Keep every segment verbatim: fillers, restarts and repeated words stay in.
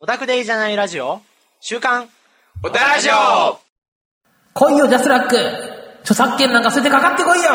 オタクでいいじゃないラジオ週刊オタラジオ。 来いよジャスラック、著作権なんか捨ててかかってこいよ。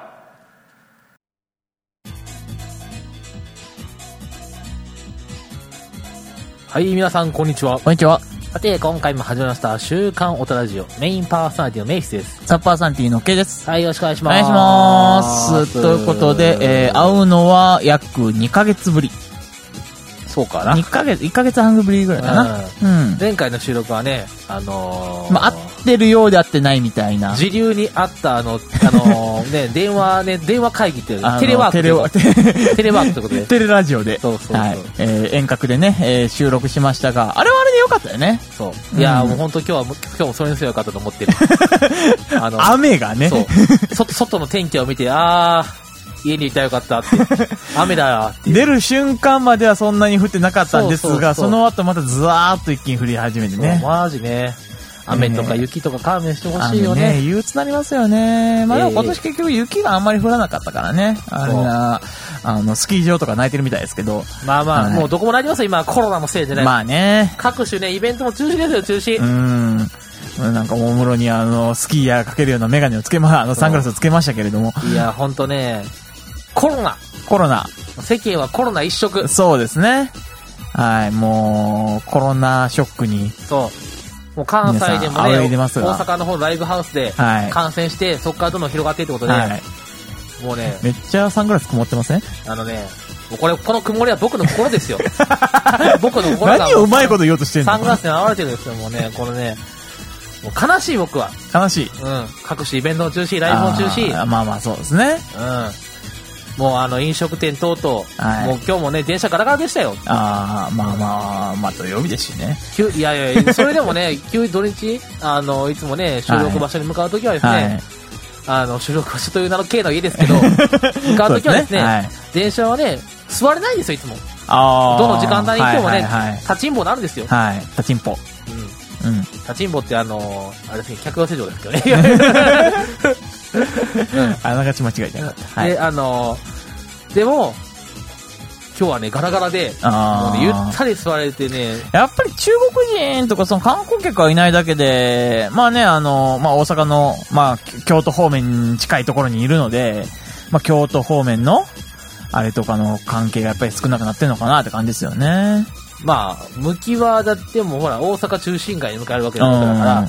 はい、皆さんこんにちは。 こんにちは。 さて今回も始まりました週刊オタラジオ、メインパーソナリティのメイスです。 サッパーサンティの K です。 はい、よろしくお願いしおます。 願いします。ということで、えー、会うのは約にかげつぶり。 そうかな。 にかげつ、いっかげつはんぶりぐらいかな。うん。うん、 前回の収録はね、あのー、 まあ、合ってるようで合ってないみたいな。 時流にあったあの、あのー、ね、電話ね、電話会議っていう、テレワーク。 テレワーク。テレワークということで。 テレラジオで。 そうそうそう。 はい。えー、遠隔でね、えー、収録しましたが、あれはあれでよかったよね。 そう。いやー、うん、もう本当今日は、今日もそれにすればよかったと思ってる。 あの、雨がね。 そう。外、外の天気を見て、あー、家にいたらよかったって。雨だよって。 出る瞬間まではそんなに降ってなかったんですが、そうそうそう、その後またずわーっと一気に降り始めてね。 マジね。雨とか雪とか勘弁してほしいよね。 ね、憂鬱になりますよね。まあでも今年結局雪があんまり降らなかったからね。あれな、あの、スキー場とか泣いてるみたいですけど。 まあまあ、はい、もうどこもなりますよ、今コロナのせいでね。 まあね。 各種ね、イベントも中止ですよ、中止。 うーん。なんか大室にあの、スキーヤーかけるようなメガネをつけま、あの、サングラスをつけましたけれども。 いや、ほんとね、コロナ。 コロナ。 世間はコロナ一色。 そうですね。はい、もう、コロナショックに。 そう。もう関西でもね、大阪の方のライブハウスで感染して、はい、そこからどんどん広がっていってことで、はい、もうね。 めっちゃサングラス曇ってません？ あのね、もうこれ、この曇りは僕の心ですよ。僕の心が。 何をうまいこと言おうとしてんの？ サングラスに現れてるんですよ、もうね、このね。もう悲しい僕は。 悲しい。 うん。各種イベントの中止、ライブの中止。 あまあまあそうですね。 うん。もうあの飲食店等々、はい、もう今日もね電車ガラガラでしたよ。 ああ、まあまあまあ土曜日ですしね。 いやいやそれでもね急に土日あのいつもね収録場所に向かうときはですね、はい、あの収録場所という名の系の家ですけど向かうときはですね、はい、電車はね座れないんですよいつも。あどの時間帯に行ってもね、はいはいはい、立ちんぼなんるんですよ。 はい。立ちんぼ。 うん。うん。立ちんぼってあのあれですね客寄せ場ですけどね。 うん、あながち間違えてなかった。 で、はい、あのー、でも、今日はね、ガラガラで、もうね、ゆったり座れてね。 やっぱり中国人とかその観光客はいないだけで、まあね、あの、まあ大阪の、まあ京都方面に近いところにいるので、まあ京都方面の、あれとかの関係がやっぱり少なくなってるのかなって感じですよね。 まあ、向きはだってもほら、大阪中心街に向かえるわけだから、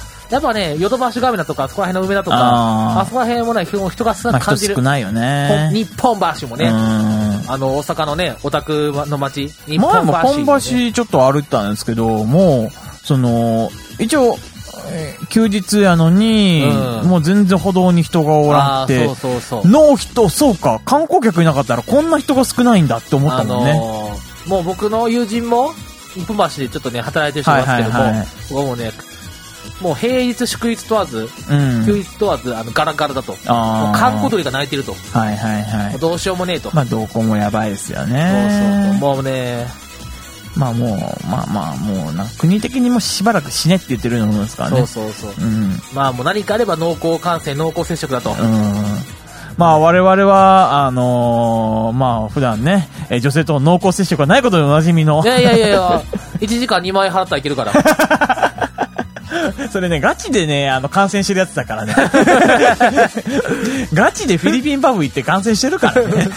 やっぱね、ヨドバシガメラとか、あそこら辺の梅田とか、あ, あそこら辺もね、人が少なく感じる。 まあ、人少ないよね。 日本橋もね、あの、大阪のね、オタクの街、日本橋、ね。 前も本橋ちょっと歩いたんですけど、もう、その、一応、休日やのに、うん、もう全然歩道に人がおらんって、 そうそうそうノー人、そうか、観光客いなかったらこんな人が少ないんだって思ったもんね。あのー、もう僕の友人も、日本橋でちょっとね、働いてる人いますけども、はいはいはい、僕もね、もう平日祝日問わず、うん、休日問わずあのガラガラだと、もう観光鳥が鳴いてると、 はいはいはい、 どうしようもねえと。 まあどこもやばいですよね。 そうそうそう、もうね、 まあもうまあまあもうな国的にもしばらく死ねって言ってるようなものですからね。 そうそうそう。うん、まあもう何かあれば濃厚感染濃厚接触だと。うん。 まあ我々はあのー、まあ普段ね女性との濃厚接触がないことでおなじみの。 いやいやいやいやいちじかんにまんえん払ったらいけるから。 それね、ガチでね、あの、感染してるやつだからね。ガチでフィリピンパブ行って感染してるからね。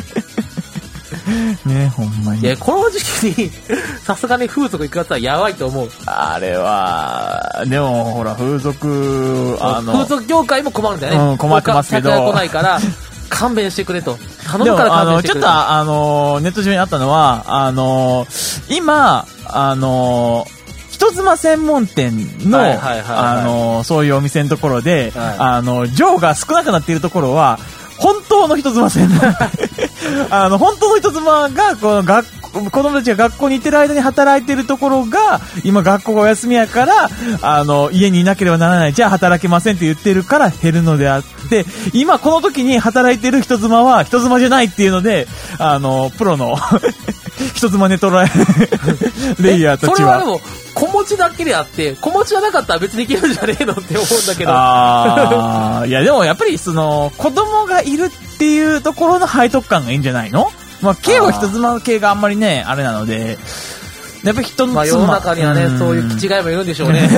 ね、ほんまに。 いや、この時期に、さすがに風俗行くやつはやばいと思う。 あれは、でも、ほら、風俗、あの、 風俗業界も困るんだよね。 うん、困ってますけど。 客が来ないから、勘弁してくれと。頼むから勘弁してくれと。 ちょっと、あの、ネット上にあったのは、あの、今、あの、人妻専門店の、はいはいはいはい、あの、そういうお店のところで、はい、あの、情が少なくなっているところは、本当の人妻専門店。あの、本当の人妻が、この学子供たちが学校に行ってる間に働いてるところが、今学校がお休みやから、あの、家にいなければならない、じゃあ働けませんって言ってるから減るのであって、今この時に働いてる人妻は人妻じゃないっていうので、あの、プロの、人妻ネトラレイヤーたちは。 それはでも、子持ちだけであって、子持ちがなかったら別にいけるんじゃねえのって思うんだけど。 ああ、いやでもやっぱりその、子供がいるっていうところの背徳感がいいんじゃないの？まあ、K は人妻系があんまりね、あれなので、 やっぱ人の妻。 まあ世の中にはね、そういう気違いもいるんでしょうね。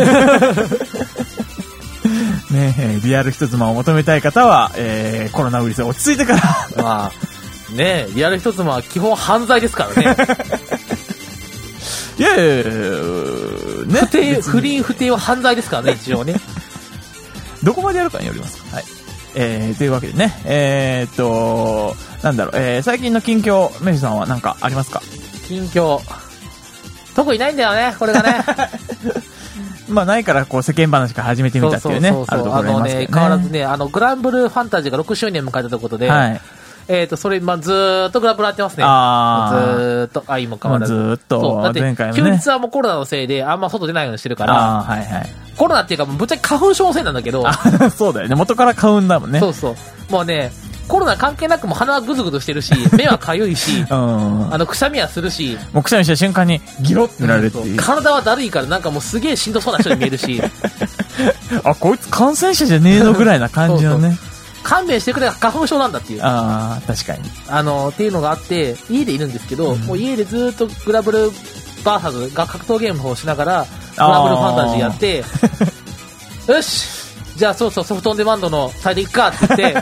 ねえ、リアル人妻を求めたい方は、えー、コロナウイルス落ち着いてから。 まあ、ねえ、リアル人妻は基本犯罪ですからね。 いやいやいや、ね。 不定、不倫不定は犯罪ですからね、一応ね。 どこまでやるかによりますか。はい。えー、というわけでね、えーっと、なんだろう、えー、最近の近況、メイさんは何かありますか？ 近況。特にないんだよね、これがね。 まあないからこう世間話から始めてみたっていうね、あるところありますけどね。 あのね、変わらずね、あの、グランブルーファンタジーがろくしゅうねん迎えたということで、はい。えっと、それ、まあ、ずーっとグランブルやってますね。 あー。ずーっと、あ、今変わらず。 ずーっと、 だって、 前回もね。 休日はもうコロナのせいで、あんま外出ないようにしてるから、 あはいはい。 コロナっていうか、ぶっちゃけ花粉症のせいなんだけど、 そうだよね、元から花粉だもんね。 そうそう。もうね、コロナ関係なくも鼻はぐずぐずしてるし、目はかゆいし、うん、あの、くしゃみはするし、 もうくしゃみした瞬間にギロってなるっていう。 体はだるいからなんかもうすげえしんどそうな人に見えるし、 あ、こいつ感染者じゃねえのぐらいな感じのね。そうそう勘弁してくれ、花粉症なんだっていう。 ああ、確かに。 あの、っていうのがあって、家でいるんですけど、うん、もう家でずっとグラブルバーサズが格闘ゲームの方をしながら、グラブルファンタジーやって、よしじゃあそうそうソフトオンデマンドのサイト行くかって言って、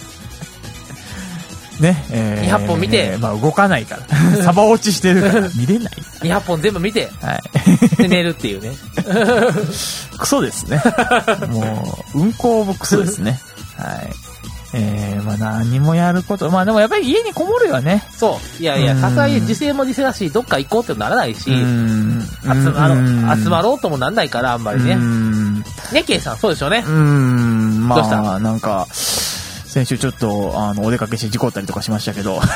ね、えー、 にひゃっぽん見て、 まあ動かないから。サバ落ちしてるから見れない。 にひゃっぽん全部見て、 はい。 で寝るっていうね。 クソですね。もう、運行もクソですね。はい。えー、まあ何もやること、まあでもやっぱり家にこもるよね。 そう。いやいや、さすがに時勢も時勢だし、どっか行こうってならないし、集まろう、集まろうともなんないから、あんまりね。ね、ケイさん、そうでしょうね。 うーん、まあ、どうしたなんか、先週ちょっと、あの、お出かけして事故ったりとかしましたけど。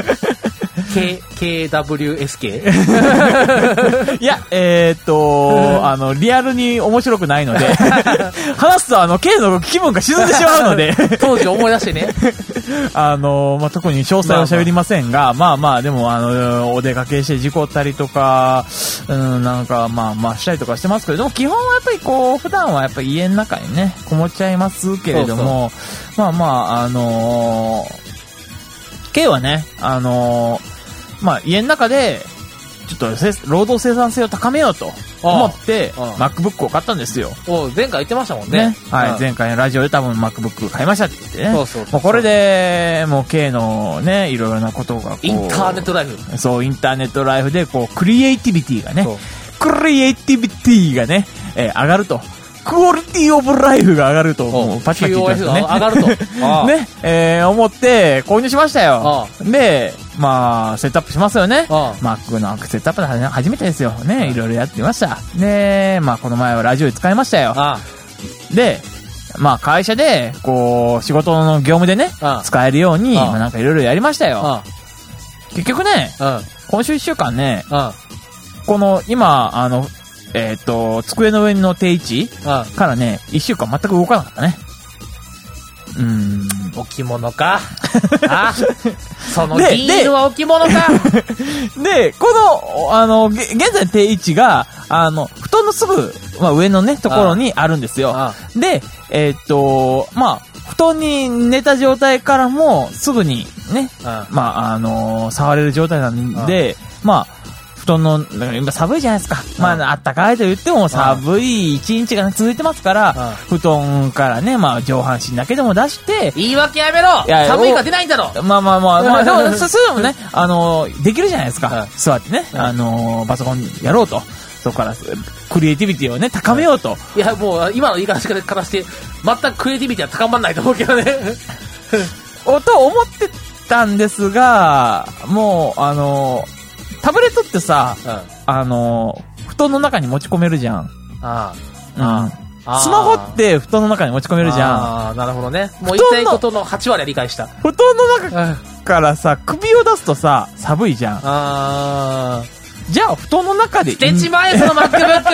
K、ケーダブリューエスケー? いや、えー、っと、あの、リアルに面白くないので、話すと、あの、K の気分が沈んでしまうので、 当時思い出してね。 あの、まあ、特に詳細は喋りませんが、まあまあ、でも、あの、お出かけして事故ったりとか、うん、なんか、まあまあ、したりとかしてますけど、でも基本はやっぱりこう、普段はやっぱり家の中にね、こもっちゃいますけれども、そうそうまあまあ、あのー、K はね、あのー、まあ、家の中で、ちょっと、労働生産性を高めようと思って、MacBook を買ったんですよ。 お前回言ってましたもんね。ねはい、前回のラジオで多分 MacBook 買いましたって言ってね。そうそうそう。もうこれで、もう K のね、いろいろなことがこう。 インターネットライフ。 そう、インターネットライフで、こう、クリエイティビティがね、クリエイティビティがね、えー、上がると。クオリティオブライフが上がると、もうパチパチ言ってますね。 上がると。 ね、えー、思って購入しましたよ。で、まあ、セットアップしますよね。Mac のセットアップで初めてですよ。ね、いろいろやってました。で、まあ、この前はラジオで使いましたよ。で、まあ、会社で、こう、仕事の業務でね、使えるように、まあ、なんかいろいろやりましたよ。結局ね、今週一週間ね、この、今、あの、えっと、机の上の定位置からね、一週間全く動かなかったね。うーん。 置物か。あ、その銀色は置物か。 で、この、あの、現在の定位置が、あの、布団のすぐ、まあ、上のね、ところにあるんですよ。で、えっと、まあ、布団に寝た状態からも、すぐにね、まあ、あの、触れる状態なんで、まあ、布団の、だから今寒いじゃないですか。まあ、あったかいと言っても寒い一日が続いてますから、布団からね、まあ上半身だけでも出して。 言い訳やめろ！いや寒いから出ないんだろ！ まあまあまあ、まあ、でも、それでもね、あの、できるじゃないですか。座ってね、あの、パソコンやろうと。そこから、クリエイティビティをね、高めようと。 いや、もう、今の言い方からして、全くクリエイティビティは高まらないと思うけどね。 と思ってたんですが、もう、あの、タブレットってさ、うん、あの、布団の中に持ち込めるじゃん。ああ。うん。スマホって布団の中に持ち込めるじゃん。 ああ、なるほどね。もう言いたいことのはちわりは理解した。 布団の中からさ、首を出すとさ、寒いじゃん。ああ。じゃあ、布団の中でいい。 捨てちまえ、その MacBook！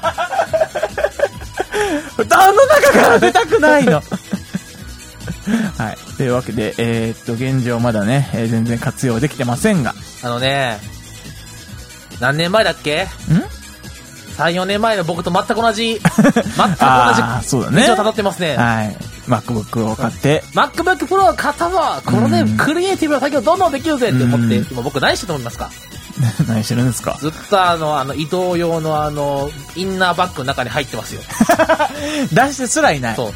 布団の中から出たくないの。はい。というわけで、えー、っと、現状まだね、えー、全然活用できてませんが。 あのね、何年前だっけ？ん ?さん、よねんまえの僕と全く同じ、全く同じそうだね。 道を辿ってますね。 はい。MacBook を買って。 MacBook Pro を買ったぞ！このね、クリエイティブな作業どんどんできるぜって思って、今僕何してると思いますか？ 何してるんですか？ ずっとあの、あの、移動用のあの、インナーバッグの中に入ってますよ。 出してすらいない。 そう。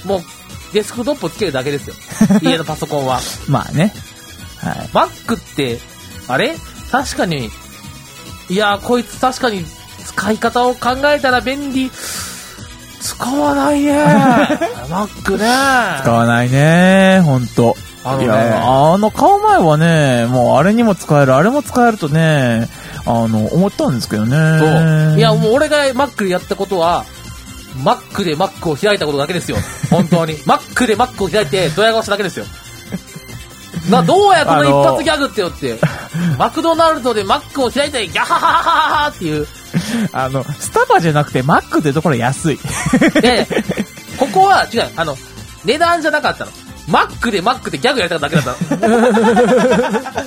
もう、デスクトップつけるだけですよ。家のパソコンは。 まあね。はい。 Mac って、あれ確かに、いや、こいつ確かに使い方を考えたら便利。使わないね。Mac ね。 使わないね。ほんと。あのね、いや、あの、買う前はね、もうあれにも使える、あれも使えるとね、あの、思ったんですけどね。 そう。いや、もう俺が Mac でやったことは、Mac で Mac を開いたことだけですよ。本当に。Mac で Mac を開いて、ドヤ顔しただけですよ。な、どうやこの一発ギャグってよって。マクドナルドで Mac を開いて、ギャハハハハハっていう。 あの、スタバじゃなくて Mac ってところ安い。 で、ここは違う。あの、値段じゃなかったの。Mac で Mac ってギャグやりたかっただけだったの。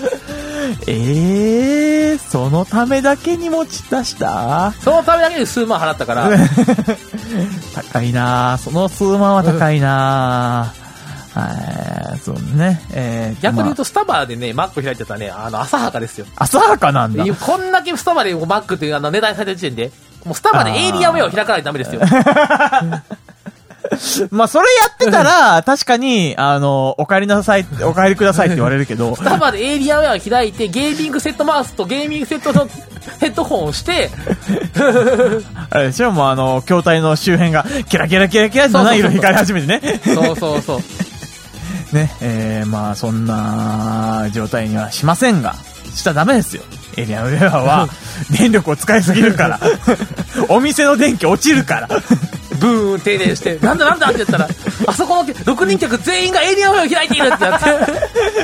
えー、そのためだけに持ち出した？ そのためだけに数万払ったから。 高いなぁ。その数万は高いなぁ。はい、そうね。えー、 逆に言うと、スタバでね、Mac 開いてたらね、あの、浅はかですよ。 浅はかなんだ。 こんだけスタバで Mac っていうあの値段された時点で、もうスタバでエイリアウェアを開かないとダメですよ。 まあ、それやってたら、確かに、あの、お帰りなさい、お帰りくださいって言われるけど。 スタバでエイリアウェアを開いて、ゲーミングセットマウスとゲーミングセットのヘッドホンをして、 あれでしょ、もうあの、筐体の周辺が、キラキラキラキラ七色光り始めてね。 そうそうそう。 ね、えー、まあ、そんな状態にはしませんが、しちゃダメですよ。エイリアウェアは、電力を使いすぎるから。お店の電気落ちるから。 ブーン停電して、なんだなんだって言ったら、あそこのろくにん客全員がエイリアンウェアを開いているってなって。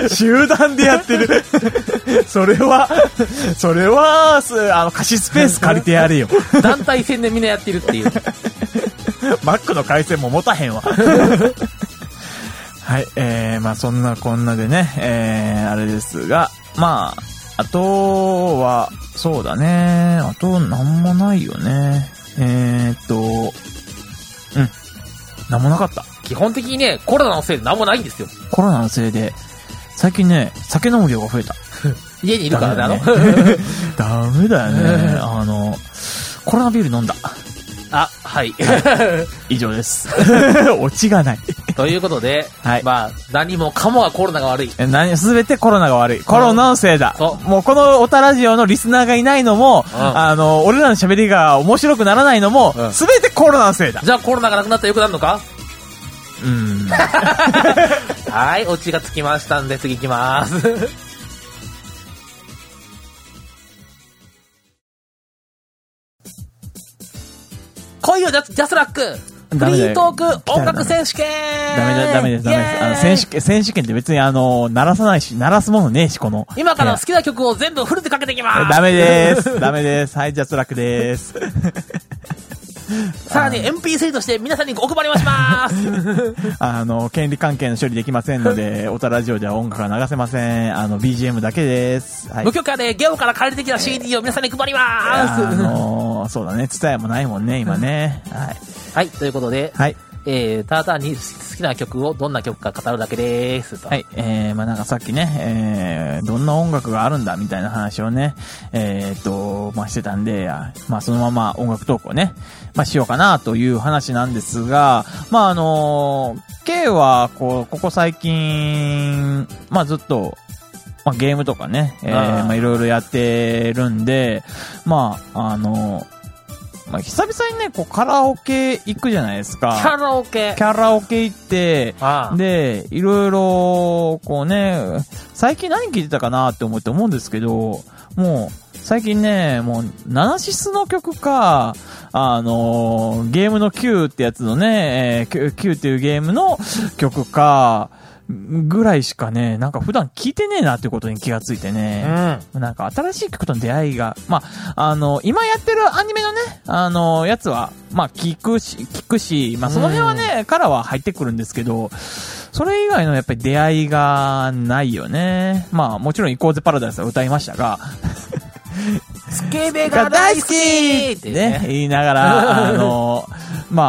集団でやってる。それは、それは、あの、貸しスペース借りてやれよ。 団体戦でみんなやってるっていう。 マックの回線も持たへんわ。はい、えー、まあそんなこんなでね、えー、あれですが、まあ、あとは、そうだね、あとなんもないよね。えーっと、うん。なんもなかった。 基本的にね、コロナのせいでなんもないんですよ。 コロナのせいで、最近ね、酒飲む量が増えた。 家にいるからね、あの。 ダメだよね。あの、コロナビール飲んだ。 あ、はい。 以上です。オチがない。 ということで、はい、まあ、何もかもがコロナが悪い。 何、すべてコロナが悪い。コロナのせいだ。もうこのオタラジオのリスナーがいないのも、うん、あの、俺らの喋りが面白くならないのも、すべ、うん、てコロナのせいだ。 じゃあコロナがなくなったらよくなるのか？ うーん。 はい、オチがつきましたんで次行きます。来いよジャス、ジャスラックフリートーク音楽選手権。 ダメだ、ダメです、ダメです。あの、選手権、選手権って別にあの、鳴らさないし、鳴らすものねえし、この。 今から好きな曲を全部フルでかけていきます。 ダメです。ダメです。はい、ジャスラックです。 さらに エムピースリー として皆さんにお配りもします。 あの、権利関係の処理できませんので、オタラジオでは音楽が流せません。あの、ビージーエム だけです。 はい、無許可でゲオから借りてきた シーディー を皆さんに配ります。 あのー、そうだね。ツタヤもないもんね、今ね。はい。 はい、ということで、 はい。 えー、ただ単に好きな曲をどんな曲か語るだけですと。 はい。えー、まあ、なんかさっきね、えー、どんな音楽があるんだみたいな話をね、えーっと、まあ、してたんで、まあ、そのまま音楽トークをね、まあ、しようかなという話なんですが、まあ、あのー、K は、こう、ここ最近、まあ、ずっと、まあ、ゲームとかね、えー、まあ、いろいろやってるんで、まあ、あのー、まあ、久々にね、こう、カラオケ行くじゃないですか。 カラオケカラオケ行って、ああで、いろいろ、こうね、最近何聴いてたかなって思って思うんですけど、もう、最近ね、もう、ナナシスの曲か、あのー、ゲームの Q ってやつのね、えー、Q っていうゲームの曲か、ぐらいしかね、なんか普段聞いてねえなっていうことに気がついてね、うん、なんか新しい曲との出会いが、まあ、あの、今やってるアニメのね、あの、やつは、まあ、聞くし、聞くし、まあ、その辺はね、うん、からは入ってくるんですけど、それ以外のやっぱり出会いがないよね。まあ、もちろんイコーゼパラダイスは歌いましたが、 スケベが大好きってね、言いながら、あの、まあ、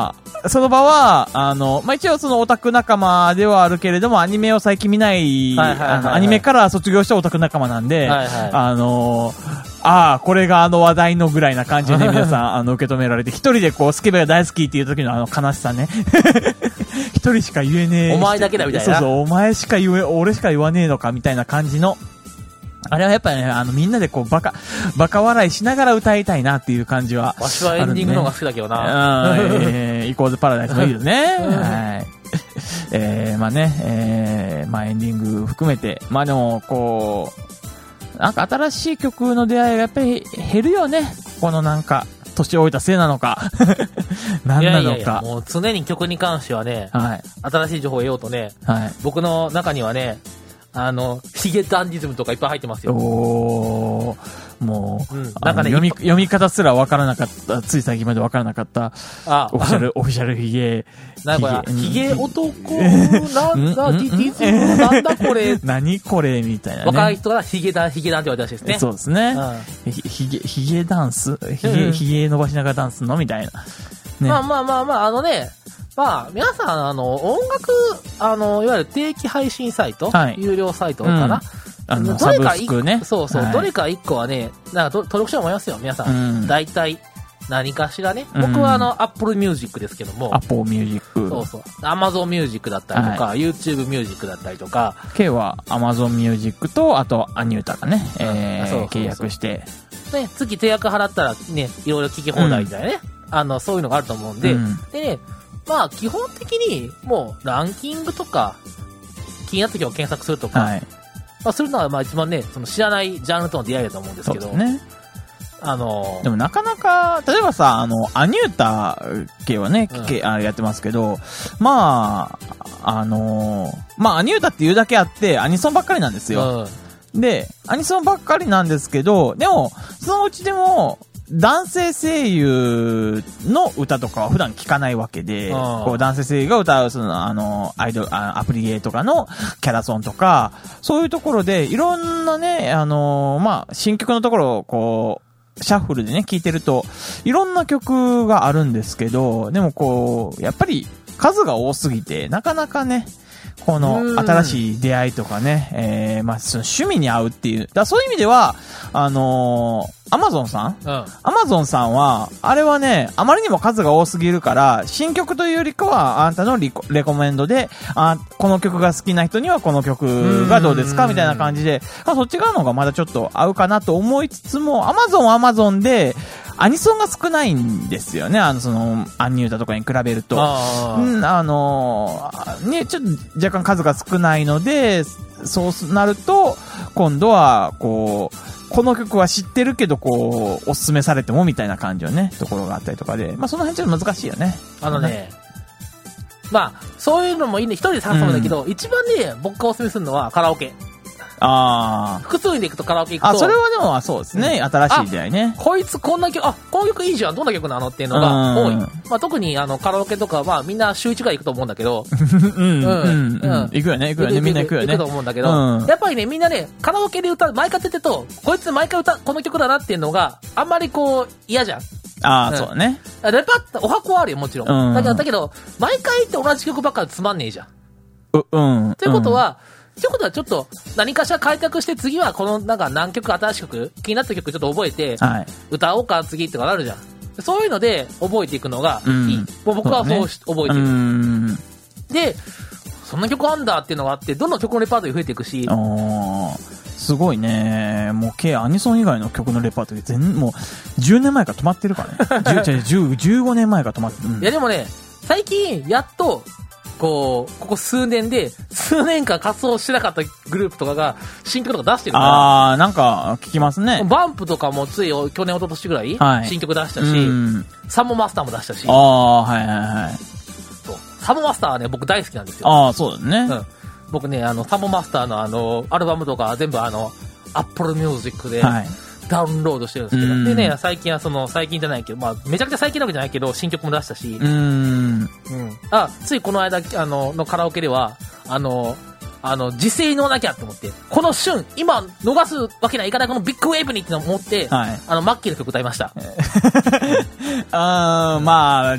その場は、あの、まあ、一応そのオタク仲間ではあるけれども、アニメを最近見ない、あの、アニメから卒業したオタク仲間なんで、はいはい、あの、ああ、これがあの話題のぐらいな感じでね、皆さん、あの、受け止められて、一人でこう、スケベが大好きっていう時のあの悲しさね。一人しか言えねえ。 お前だけだみたいな。 そうそう、お前しか言え、俺しか言わねえのかみたいな感じの。あれはやっぱりね、あの、みんなでこう、バカ、バカ笑いしながら歌いたいなっていう感じは、 ね。わしはエンディングの方が好きだけどな。 うん、えー、イコーズパラダイスもいいですね。はい。えー、まあね、えー、まあエンディング含めて、まあでも、こう、なんか新しい曲の出会いがやっぱり減るよね。このなんか、年老いたせいなのか。何なのか。いやいやいや、 もう常に曲に関してはね、 はい、 新しい情報を得ようとね、はい、僕の中にはね、あの、ヒゲダンディズムとかいっぱい入ってますよ。 おー、もう、うん、 なんかね、 読み、読み方すらわからなかった、つい最近までわからなかった、あオフィシャル、オフィシャルヒゲ、 なんか、ヒゲ男、なんだ、ディズム、なんだこれ。 何これみたいなね。 若い人からヒゲダン、ヒゲダンって言われたらしいですね。 そうですね。うん、ヒゲ、ヒゲダンスヒゲ、ヒゲ伸ばしながらダンスのみたいな。 ね、まあまあまあまあ、あのね、まあ、皆さん、あの、音楽、あの、いわゆる定期配信サイト、はい、有料サイトかな。うん、 あの、サブスクね。 そうそう、はい、どれか一個はね、なんか登録してもらいますよ、皆さん。うん、大体、何かしらね。僕はあの、Apple Music ですけども。 Apple Music。 そうそう。Amazon Music だったりとか、はい、YouTube Music だったりとか。 K は Amazon Music と、あと、アニュータがね、えー、そうそうそう契約して。 ね、月定額払ったらね、いろいろ聞き放題みたいなね。うん、あの、そういうのがあると思うんで、うん、でね、まあ、基本的に、もう、ランキングとか、気になった時を検索するとか、はい、まあ、するのは、まあ、一番ね、その知らないジャンルとの出会いだと思うんですけど、 そうですね。 あのー、 でもなかなか、例えばさ、あの、アニュータ系はね、うん、あやってますけど、まあ、あのー、まあ、アニュータっていうだけあって、アニソンばっかりなんですよ。うん、で、アニソンばっかりなんですけど、でも、そのうちでも、男性声優の歌とかは普段聞かないわけで、こう男性声優が歌う、その、あの、アイドル、アプリゲーとかのキャラソンとか、そういうところで、いろんなね、あの、まあ、新曲のところを、こう、シャッフルでね、聴いてると、いろんな曲があるんですけど、でもこう、やっぱり数が多すぎて、なかなかね、この新しい出会いとかね、えー、まあ、その趣味に合うっていう。だそういう意味では、あのー、アマゾンさんアマゾンさんは、あれはね、あまりにも数が多すぎるから、新曲というよりかは、あんたのリコレコメンドで、あ、この曲が好きな人にはこの曲がどうですかみたいな感じで、まあ、そっち側の方がまだちょっと合うかなと思いつつも、アマゾンはアマゾンで、アニソンが少ないんですよね。あの、その、アンニュータとかに比べると。あ, うん、あのー、ね、ちょっと若干数が少ないので、そうなると、今度は、こう、この曲は知ってるけど、こう、おすすめされてもみたいな感じのね、ところがあったりとかで、まあ、その辺ちょっと難しいよね。 あのね、まあ、そういうのもいいね、一人で探すんだけど、うん、一番ね、僕がおすすめするのはカラオケ。 ああ。 複数人で行くとカラオケ行くと。 あ、それはでもそうですね。うん、新しい出会いね。 こいつこんな曲、あ、この曲いいじゃん。どんな曲なのっていうのが多い。まあ特にあのカラオケとかはみんな週一ぐらい行くと思うんだけど。 うん。うん。うん。行くよね、行くよね。みんな行くよね。 行くと思うんだけど。うん、やっぱりね、みんなね、カラオケで歌う、毎回出てと、こいつ毎回歌、この曲だなっていうのがあんまりこう嫌じゃん。 ああ、うん、そうだね。 レパット、お箱はあるよ、もちろん。うん、だけど、だけど、毎回って同じ曲ばっかりつまんねえじゃん。 う、うん。 ということは、うん、ということはちょっと何かしら開拓して次はこのなんか何曲新しい曲気になった曲ちょっと覚えて歌おうか次ってのがあるじゃん。そういうので覚えていくのがいい。うん、もう僕はそう、ね、覚えてる。うんで、そんな曲あんだっていうのがあってどんどん曲のレパートリー増えていくし。 あすごいね。もう計アニソン以外の曲のレパートリー全もうじゅうねんまえから止まってるからね。じゅう、じゅうごねんまえから止まってる。うん、いやでもね最近やっとこう、ここ数年で、数年間活動してなかったグループとかが、新曲とか出してるから。 あー、なんか、聞きますね。 バンプとかもつい、去年、一昨年ぐらい、はい、新曲出したし、サモマスターも出したし。 あー、はいはいはい。 そう。サモマスターはね、僕大好きなんですよ。 あー、そうだね。うん。 僕ね、あの、サモマスターのあの、アルバムとか全部あの、Apple Music で、はい、ダウンロードしてるんですけど、でね、最近はその、最近じゃないけど、まあ、めちゃくちゃ最近なわけじゃないけど、新曲も出したし、うん。うん。あ、ついこの間、あの、のカラオケでは、あの、あの、時勢に乗らなきゃと思って、この瞬、今、逃すわけにはいかないこのビッグウェーブにってのを思って、はい、あの、マッキーの曲歌いました。 あー、まあ、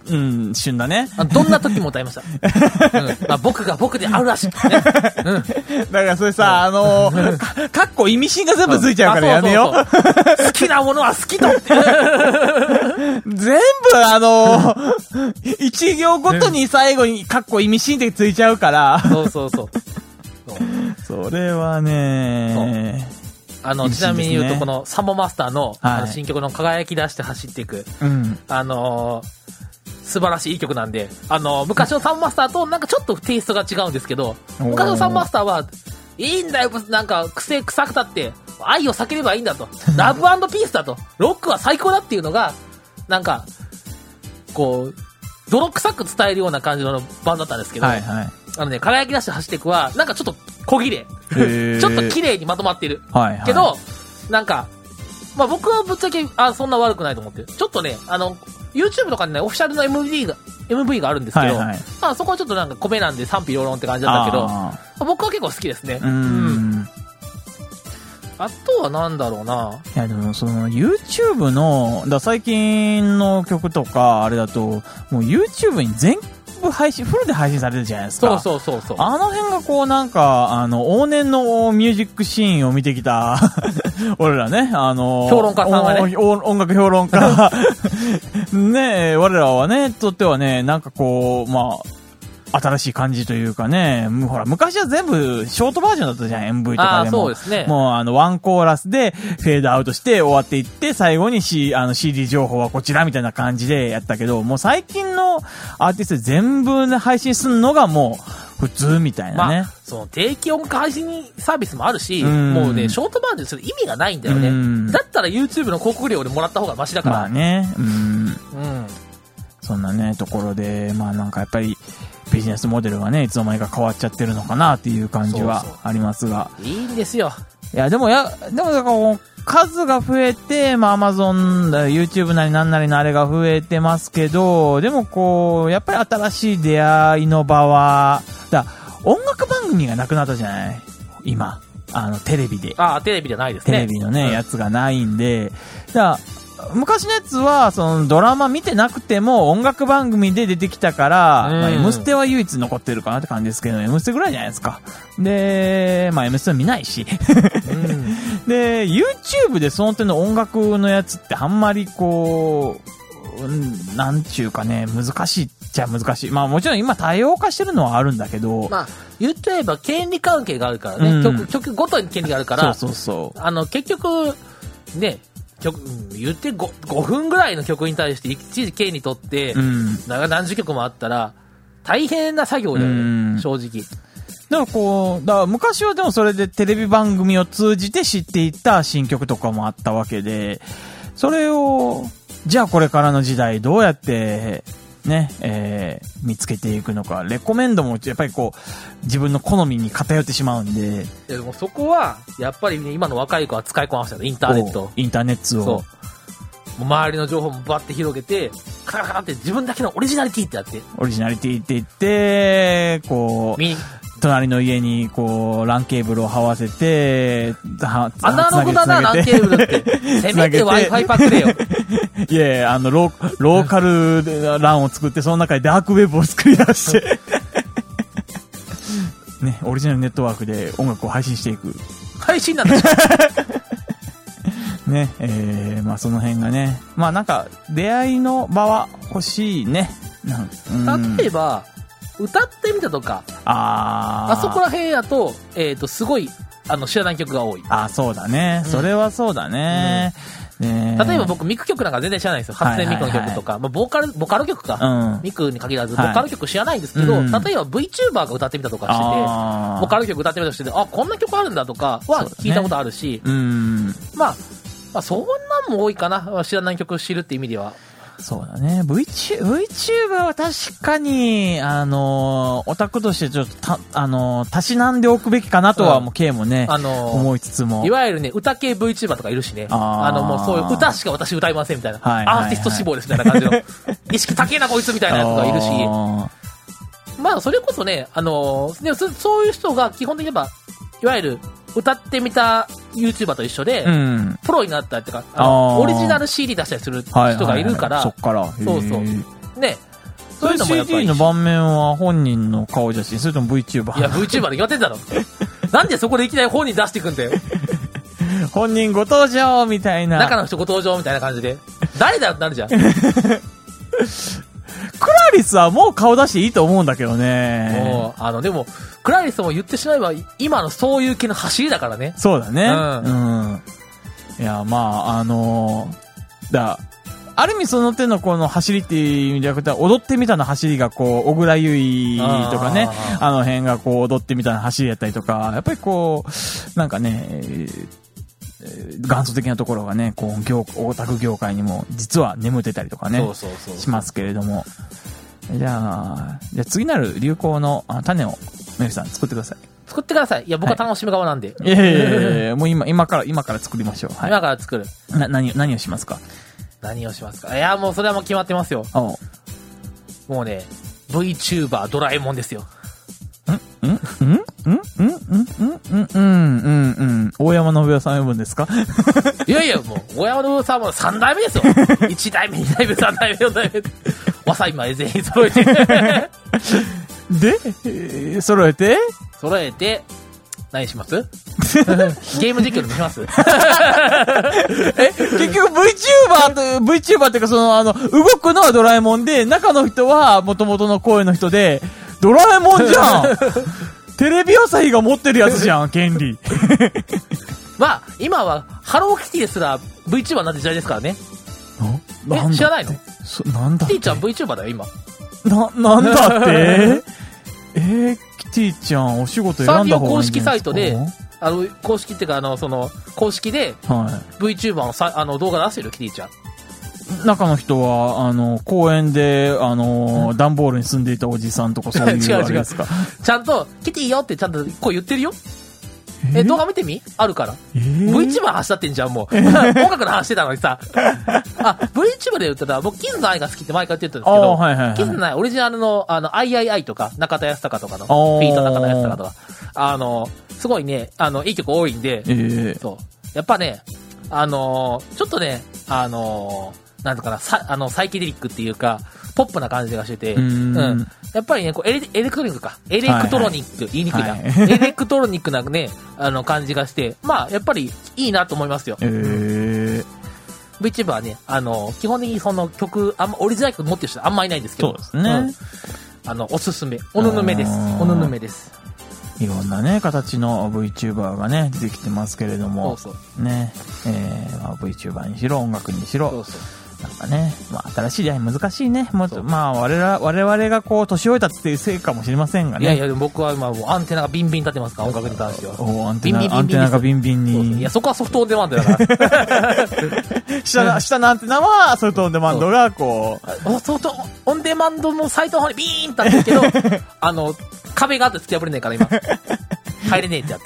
うん、旬だね。 どんな時も歌いました。うんまあ、僕が僕であるらしい、ね。うん。 だからそれさ、あのー、か, かっこ意味深が全部ついちゃうからやめよう。 そうそうそう好きなものは好きとって。 全部あのー、一行ごとに最後にかっこ意味深ってついちゃうから。 そうそうそう。 それはねあの、ね、ちなみに言うと、このサンボマスターの、はい、あの新曲の輝き出して走っていく、うん、あのー、素晴らしいいい曲なんで、あのー、昔のサンボマスターとなんかちょっとテイストが違うんですけど、昔のサンボマスターはいいんだよ、なんか癖臭くたって愛を叫べばいいんだと、ラブ&ピースだと、ロックは最高だっていうのがなんかこう泥臭く伝えるような感じのバンドだったんですけど、はいはい、あのね、輝き出して走っていくはなんかちょっと小綺麗ちょっと綺麗にまとまっている、はいはい、けどなんかまあ僕はぶっちゃけあそんな悪くないと思ってる。ちょっとねあの YouTube とかにねオフィシャルの エムブイ が エムブイ があるんですけど、はいはい、まあそこはちょっとなんか米なんで賛否両論って感じだったけど、あ僕は結構好きですね。うんうんあとはなんだろうな。 いやでもその YouTube のだ最近の曲とかあれだともう YouTube に全部配信フルで配信されてるじゃないですか。 そうそうそうそう。 あの辺がこうなんかあの往年のミュージックシーンを見てきた俺らねあの評論家さんがね音楽評論家ね我らはねとってはねなんかこうまあ新しい感じというかね、ほら昔は全部ショートバージョンだったじゃん エムブイ とかでも。 あそうですね。 もうあのワンコーラスでフェードアウトして終わっていって最後に C あの シーディー 情報はこちらみたいな感じでやったけど、もう最近のアーティスト全部で配信するのがもう普通みたいなね。まあ、 その定期音楽配信サービスもあるし、うもうねショートバージョンする意味がないんだよね。だったら YouTube の広告料でもらった方がマシだから。 まあね。うん。うん。そんなねところでまあなんかやっぱり。ビジネスモデルがねいつの間にか変わっちゃってるのかなっていう感じはありますが、 そうそういいんですよ。 いやでもやでもだから数が増えてまあ Amazon だ YouTube なりなんなりのあれが増えてますけど、でもこうやっぱり新しい出会いの場はだ音楽番組がなくなったじゃない今あのテレビで。 ああテレビじゃないですね。 テレビのね、うん、やつがないんでだ昔のやつはそのドラマ見てなくても音楽番組で出てきたから、まあ、M ステは唯一残ってるかなって感じですけど M ステぐらいじゃないですか。で、まあ、M ステは見ないしうんで YouTube でその手の音楽のやつってあんまりこうなんちゅうかね難しいっちゃ難しい。まあもちろん今多様化してるのはあるんだけど、 まあ言っちゃえば権利関係があるからね、うん、曲, 曲ごとに権利があるからそうそうそうあの結局ね曲言って 5, ごふんぐらいの曲に対して一時権利取って、うん、何十曲もあったら大変な作業だよね、うん、正直。 だからこうだから昔はでもそれでテレビ番組を通じて知っていった新曲とかもあったわけで、それをじゃあこれからの時代どうやってね、えー、見つけていくのか。レコメンドもやっぱりこう自分の好みに偏ってしまうんで、 でもそこはやっぱり、ね、今の若い子は使いこなしたのインターネットインターネットをそう周りの情報もバッて広げてカラカラって自分だけのオリジナリティってやってオリジナリティって言ってこう隣の家にこうランケーブルを這わせてアナログだなランケーブルってせめて Wi-Fi パックでよいやいやあのロー、ローカルでランを作ってその中でダークウェブを作り出してねオリジナルネットワークで音楽を配信していく配信なんだねえー、まあその辺がねまあなんか出会いの場は欲しいね。 なん例えば歌ってみたとかああそこら辺やと、えー、とすごいあの知らない曲が多い。 あそうだね、うん、それはそうだね、 うんね、例えば僕ミク曲なんか全然知らないんですよ。初音ミクの曲とか、まあ、ボーカルボカロ曲か、うん、ミクに限らずボカロ曲知らないんですけど、はい、例えば VTuber が歌ってみたとかしててボカロ曲歌ってみたとしてあこんな曲あるんだとかは聞いたことあるし、ねうん、まあ、まあそんなんも多いかな知らない曲を知るって意味では。 そうだね。VTuber は確かに、あのー、オタクとしてちょっとた、あのー、たしなんでおくべきかなとはもう K もね、あのー、思いつつも。 いわゆるね、歌系 VTuber とかいるしね。あ, あの、もうそういう歌しか私歌いませんみたいな。はいはいはい、アーティスト志望ですみたいな感じの。意識高えなこいつみたいなやつがいるし。まあ、それこそね、あのー、でもそそういう人が基本的に言えば、いわゆる、歌ってみた YouTuber と一緒で、うん、プロになったりとか、あのオリジナル シーディー 出したりする人がいるから、はいはいはい、そっから。そうそう。ね、 そういうのもやっぱり。 シーディー の盤面は本人の顔写真、それとも VTuber？ いや、VTuber で言われてんだろ。なんでそこでいきなり本人出していくんだよ。 本人ご登場みたいな。 中の人ご登場みたいな感じで。誰だよってなるじゃん。クラリスはもう顔出していいと思うんだけどね。 もう、あの、でも、クラリスも言ってしまえば、今のそういう系の走りだからね。 そうだね。 うん。 うん、いや、まあ、あのー、だ、ある意味その手のこの走りっていう意味じゃなくて、踊ってみたの走りがこう、小倉優衣とかね、あの辺がこう、踊ってみたの走りやったりとか、やっぱりこう、なんかね、えー元祖的なところがね、こう、業、オタク業界にも実は眠ってたりとかね、そうそうそうそうしますけれども。じゃあ、じゃあ次なる流行の種を、メルさん作ってください。 作ってください。いや、僕は楽しむ側なんで。 はい、いやいやいやいやもう今、今から、今から作りましょう。 はい、今から作る。 な、何、何をしますか？ 何をしますか？いや、もうそれはもう決まってますよ。もうね、VTuber ドラえもんですよ。 んんんんんんんんうんうんうん大山信代さん呼ぶんですか？ いやいや、もう、大山信代さんはさん代目ですよ。いち代目、に代目、さん代目、よん代目。わさいまで全員揃えて。 で、えー、揃えて揃えて、何しますゲーム実況でもしますえ、結局 VTuber と、VTuber っていうかその、あの、動くのはドラえもんで、中の人は元々の声の人で、ドラえもんじゃんテレビ朝日が持ってるやつじゃん、権利。 まあ、今は、ハローキティですら VTuber になって時代ですからね。え、知らないの？ そ、なんだって。 キティちゃん VTuber だよ、今。 な、なんだってえー、キティちゃんお仕事選んだ方がいいんじゃないですか？サンリオ公式サイトで、あの、公式っていうか、あの、その、公式で、 はい、 VTuber のさ、あの、動画出してるよ、キティちゃん。 中の人は、あの、公園で、あの、段ボールに住んでいたおじさんとかそういう違う違うあれですか？ ちゃんと、キティよってちゃんとこう言ってるよ。え、動画見てみ？あるから。 えー、 VTuber 走ったってんじゃん、もう。音楽の話してたのにさ。あ、VTuber で言ったら、僕、キズナアイが好きって毎回言ってるんですけど、 はいはいはい、 キズナアイ、オリジナルの、あの、アイアイアイ とか、中田康隆とかの、フィート中田康隆とか、あの、すごいね、あの、いい曲多いんで、 えー、 そう。やっぱね、あの、ちょっとね、あの、なんとかな、さ、あの、サイケデリックっていうか、ポップな感じがしてて、うん,、うん。やっぱりね、こうエレ、エレクトロニックか。エレクトロニック、はいはい、言いにくいな、はい。エレクトロニックなね、あの、感じがして、まあ、やっぱりいいなと思いますよ。 へー。 VTuber はね、あの、基本的にその曲、あんま、オリジナル曲持ってる人あんまいないんですけど。 そうですね。 うん、あの、おすすめ。おぬぬめです。おぬぬめです。 いろんなね、形の VTuber がね、出てきてますけれども。 そうそう。 ね、えー、まあ、VTuber にしろ、音楽にしろ。そうそう。なんかね、まあ、新しい出会い難しいね。もう、まあ、我々、我々がこう、年老いたっていうせいかもしれませんがね。 いやいや、でも僕は今もうアンテナがビンビン立ってますから、音楽に関しては。 おアンテナ、ビンビンビンビンアンテナがビンビンに。 そうそういや、そこはソフトオンデマンドだから。 下、下のアンテナはソフトオンデマンドがこう。ソフトオンデマンドのサイトの方にビーンって立ってるけど、あの、壁があって突き破れないから今。入れねえってやって。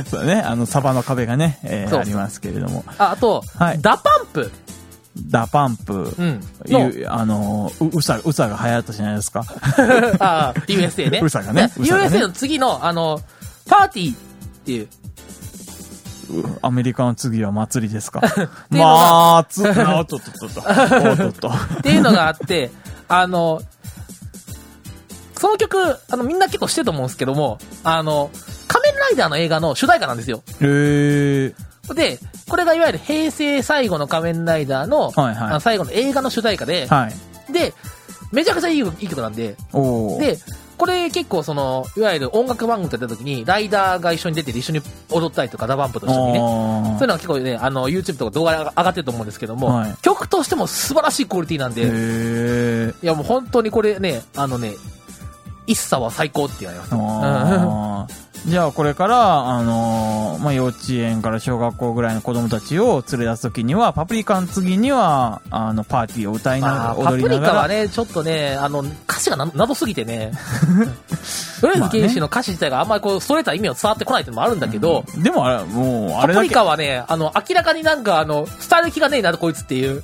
そうだね。あの、サバの壁がね、えー、そうそうありますけれども。 あ、あと、はい、ダパンプ。 ダパンプ。うん。いうあの、う、うさ、うさが流行ったじゃないですか。 ああ、ユーエスエー ね。 うさがね。 ユーエスエー の次の、あの、パーティーっていう。 アメリカの次は祭りですか。まあ、つ、あ、おっとっとっとっと。おっとっと。 っていうのがあって、あの、その曲、あの、みんな結構知ってると思うんですけども、あの、仮面ライダーの映画の主題歌なんですよ。 へー。 で、これがいわゆる平成最後の仮面ライダーの、はいはい、あの最後の映画の主題歌で、はい、で、めちゃくちゃいい、いい曲なんで、で、これ結構その、いわゆる音楽番組とやった時に、ライダーが一緒に出てて一緒に踊ったりとか、ダバンプと一緒にね、そういうのが結構ね、あの、YouTube とか動画が上がってると思うんですけども、はい、曲としても素晴らしいクオリティなんで、 へー。 いやもう本当にこれね、あのね、一茶は最高って言われます。 じゃあこれから、あのー、まあ、幼稚園から小学校ぐらいの子供たちを連れ出すときには、パプリカの次には、あの、パーティーを歌いながら、踊りながら。 パプリカはね、ちょっとね、あの、歌詞がな、謎すぎてね。米津玄師の歌詞自体があんまりこう、ストレートな意味を伝わってこないっていうのもあるんだけど。 うん、でもあれ、もう、あれだけ。 パプリカはね、あの、明らかになんか、あの、伝える気がねえな、こいつっていう。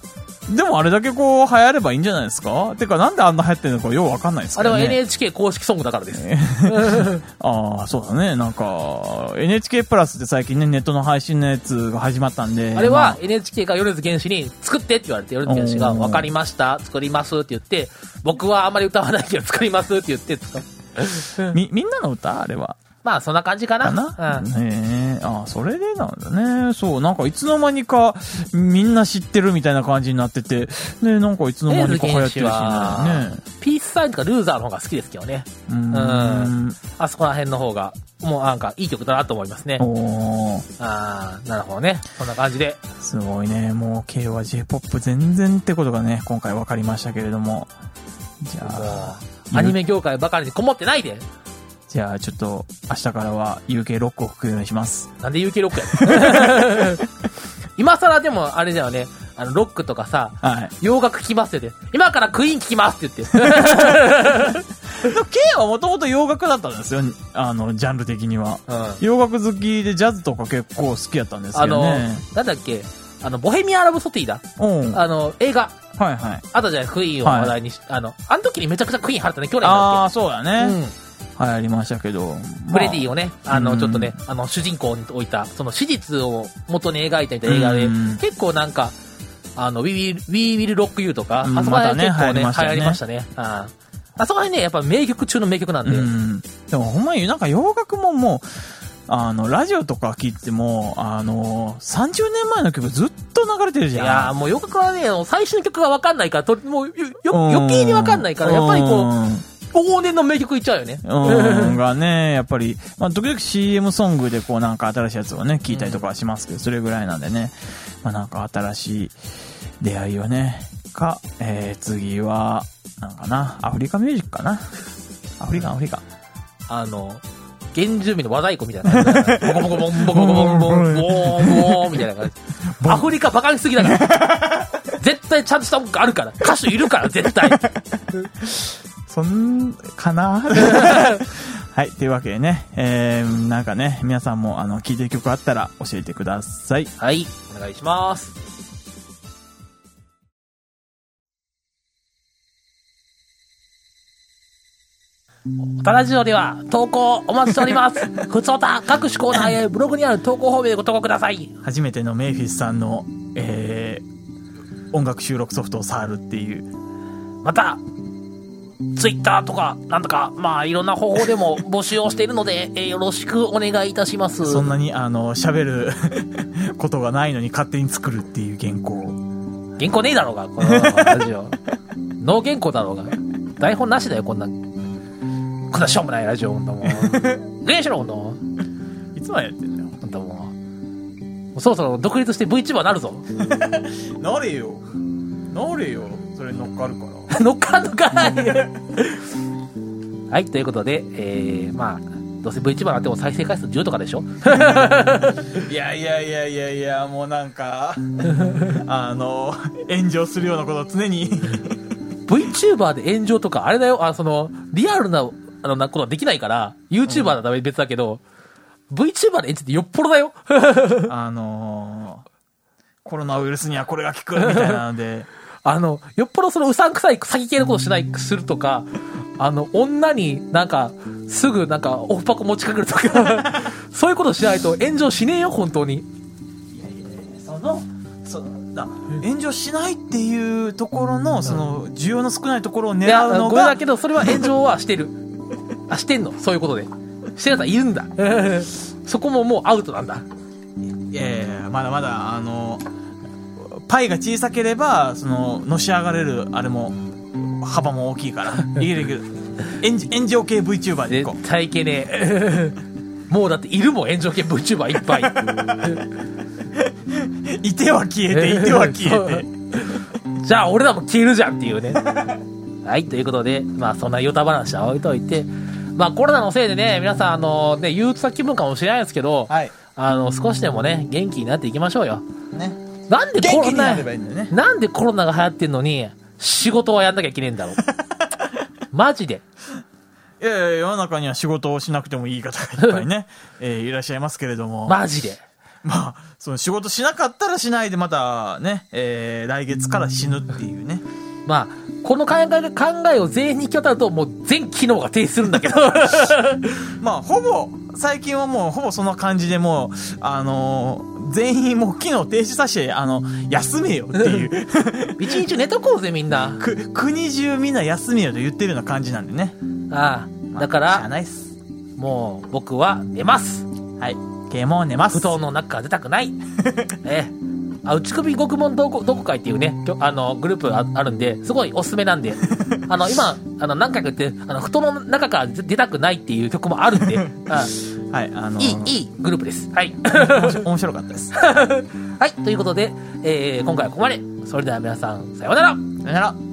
でもあれだけこう流行ればいいんじゃないですか。てかなんであんな流行ってるのかようわかんないですけどね。 あれは エヌエイチケー 公式ソングだからです。 ああ、そうだね。なんか エヌエイチケー プラスって最近ねネットの配信のやつが始まったんで、 あれは エヌエイチケー が米津玄師に作ってって言われて、米津玄師が分かりました作りますって言って、僕はあんまり歌わないけど作りますって言ってみみんなの歌あれは。 まあそんな感じかな。かな、うん、へえ、ああ、それでなんだね。そう、なんかいつの間にかみんな知ってるみたいな感じになってて、ね、なんかいつの間にか流行ってるしね。 ピースサインとかルーザーの方が好きですけどね。うん。うんあそこら辺の方が、もうなんかいい曲だなと思いますね。おー。ああ、なるほどね。こんな感じで。 すごいね。もう K は J-ポップ 全然ってことがね、今回分かりましたけれども。じゃあ。 アニメ業界ばかりにこもってないで。 じゃあちょっと明日からは ユーケー ロックを吹くようにします。 なんで ユーケー ロックやねん今更でもあれだよね、あのロックとかさ、はい、洋楽聴きますよね。今からクイーン聴きますって言って。 K はもともと洋楽だったんですよ。あのジャンル的には、うん、洋楽好きでジャズとか結構好きやったんですけどね。あのなんだっけ、あのボヘミアン・ラブソティだ。あの映画。 はいはい。 あとじゃあクイーンを話題にし、はい、あのあの時にめちゃくちゃクイーン払ったね、去年だっけ。 ああそうだね。うん流行りましたけど、 フレディをね、あの、ちょっとね、あの、主人公に置いた、その史実を元に描いたみたいな映画で、結構なんか、あの、We Will, We Will Rock You とか、あそこら辺結構ね、流行りましたね。あそこら辺ね、やっぱ名曲中の名曲なんで。 でもほんまになんか洋楽ももう、あの、ラジオとか聞いても、あの、さんじゅうねんまえの曲ずっと流れてるじゃん。 いやもう洋楽はね、最初の曲がわかんないから、ともうよ余計にわかんないから、やっぱりこう、往年の名曲いっちゃうよね。 うん。がね、やっぱり、まあ、時々 シーエム ソングでこうなんか新しいやつをね、聞いたりとかはしますけど、それぐらいなんでね、まあなんか新しい出会いをね、か、えー、次は、なんかな、アフリカミュージックかな。アフリカン、アフリカン。 あの、原住民の和太鼓みたいな。ボコボコボンボコボコボンボンボンボンみたいな感じ。アフリカバカにしすぎだから。絶対ちゃんとした音楽あるから。歌手いるから、絶対。 そん、かなはい、というわけでね、えー、なんかね、皆さんも、あの、聴いてる曲あったら教えてください。 はい、お願いします。おたラジオでは投稿お待ちしております。ふつおた各種コーナーへブログにある投稿フォームでご投稿ください。 初めてのメイフィスさんの、えー、音楽収録ソフトを触るっていう。 また、ツイッターとかなんとか、まあいろんな方法でも募集をしているので、えー、よろしくお願いいたします。 そんなにあの喋ることがないのに勝手に作るっていう原稿。 原稿ねえだろうがこのラジオ。ノー原稿だろうが。台本なしだよこんな。こんなしょうもないラジオ、ほんともう。練習のほんと。 いつまでやってんだよ。 ほんともう。もうそろそろ独立して VTuber なるぞ。 なれよ。なれよ。それ乗っかるから。 乗っかんのかい。はい、ということで、えー、まあ、どうせ VTuber になっても再生回数じゅうとかでしょ。 いやいやいやいやいや、もうなんか、あの、炎上するようなことを常に。 VTuber で炎上とか、あれだよ、あその、リアルな、あの、なことはできないから、YouTuber だったら別だけど、うん、VTuber で炎上ってよっぽどだよ。 あのー、コロナウイルスにはこれが効くみたいなので、 あの、よっぽどそのうさんくさい詐欺系のことしない、するとか、あの、女になんか、すぐなんか、オフパコ持ちかけるとか、そういうことしないと炎上しねえよ、本当に。いやいやいや、その、そだ炎上しないっていうところの、その、需要の少ないところを狙うのが。 ごめんだけど、それは炎上はしてる。あ、してんの、そういうことで。してるやつはいるんだ。そこももうアウトなんだ。 いやいやいや、まだまだ、あの、パイが小さければ、その、のし上がれる、あれも、幅も大きいから。いけるいける。炎上系 VTuber でいこう。 絶対いけねえ。もうだっているもん、炎上系 VTuber いっぱい。いては消えて、いては消えて。 じゃあ俺らも消えるじゃんっていうね。はい、ということで、まあそんなヨタ話は置いといて、まあコロナのせいでね、皆さんあの、ね、憂鬱な気分かもしれないですけど、はい、あの、少しでもね、元気になっていきましょうよ。ね。なんでコロナ、ね、なんでコロナが流行ってんのに、仕事はやんなきゃいけねえんだろう。マジで。 いやいや、世の中には仕事をしなくてもいい方がいっぱいね、えー、いらっしゃいますけれども。 マジで。 まあ、その仕事しなかったらしないでまたね、えー、来月から死ぬっていうね。 まあ、この考え、考えを全員に行き渡ると、もう全機能が停止するんだけど。 まあ、ほぼ、最近はもう、ほぼそんな感じでもう、あのー、全員もう機能停止させて、あの、休めよっていう。 一日寝とこうぜ、みんな。 く、国中みんな休めよと言ってるような感じなんでね。 ああ、だから、 まあ、しゃあないっす。 もう、僕は寝ます。 はい。ゲームを寝ます。 布団の中から出たくない。ええ。あ、内首獄門どこ、どこかいっていうね、あの、グループああるんで、すごいおすすめなんで、あの、今、あの、何回か言って、あの、布団の中から出たくないっていう曲もあるんで、あはい、あのー、 いい、いいグループです。はい。 面白かったです。 はい、ということで、えー、今回はここまで。それでは皆さん、さようなら。 さようなら。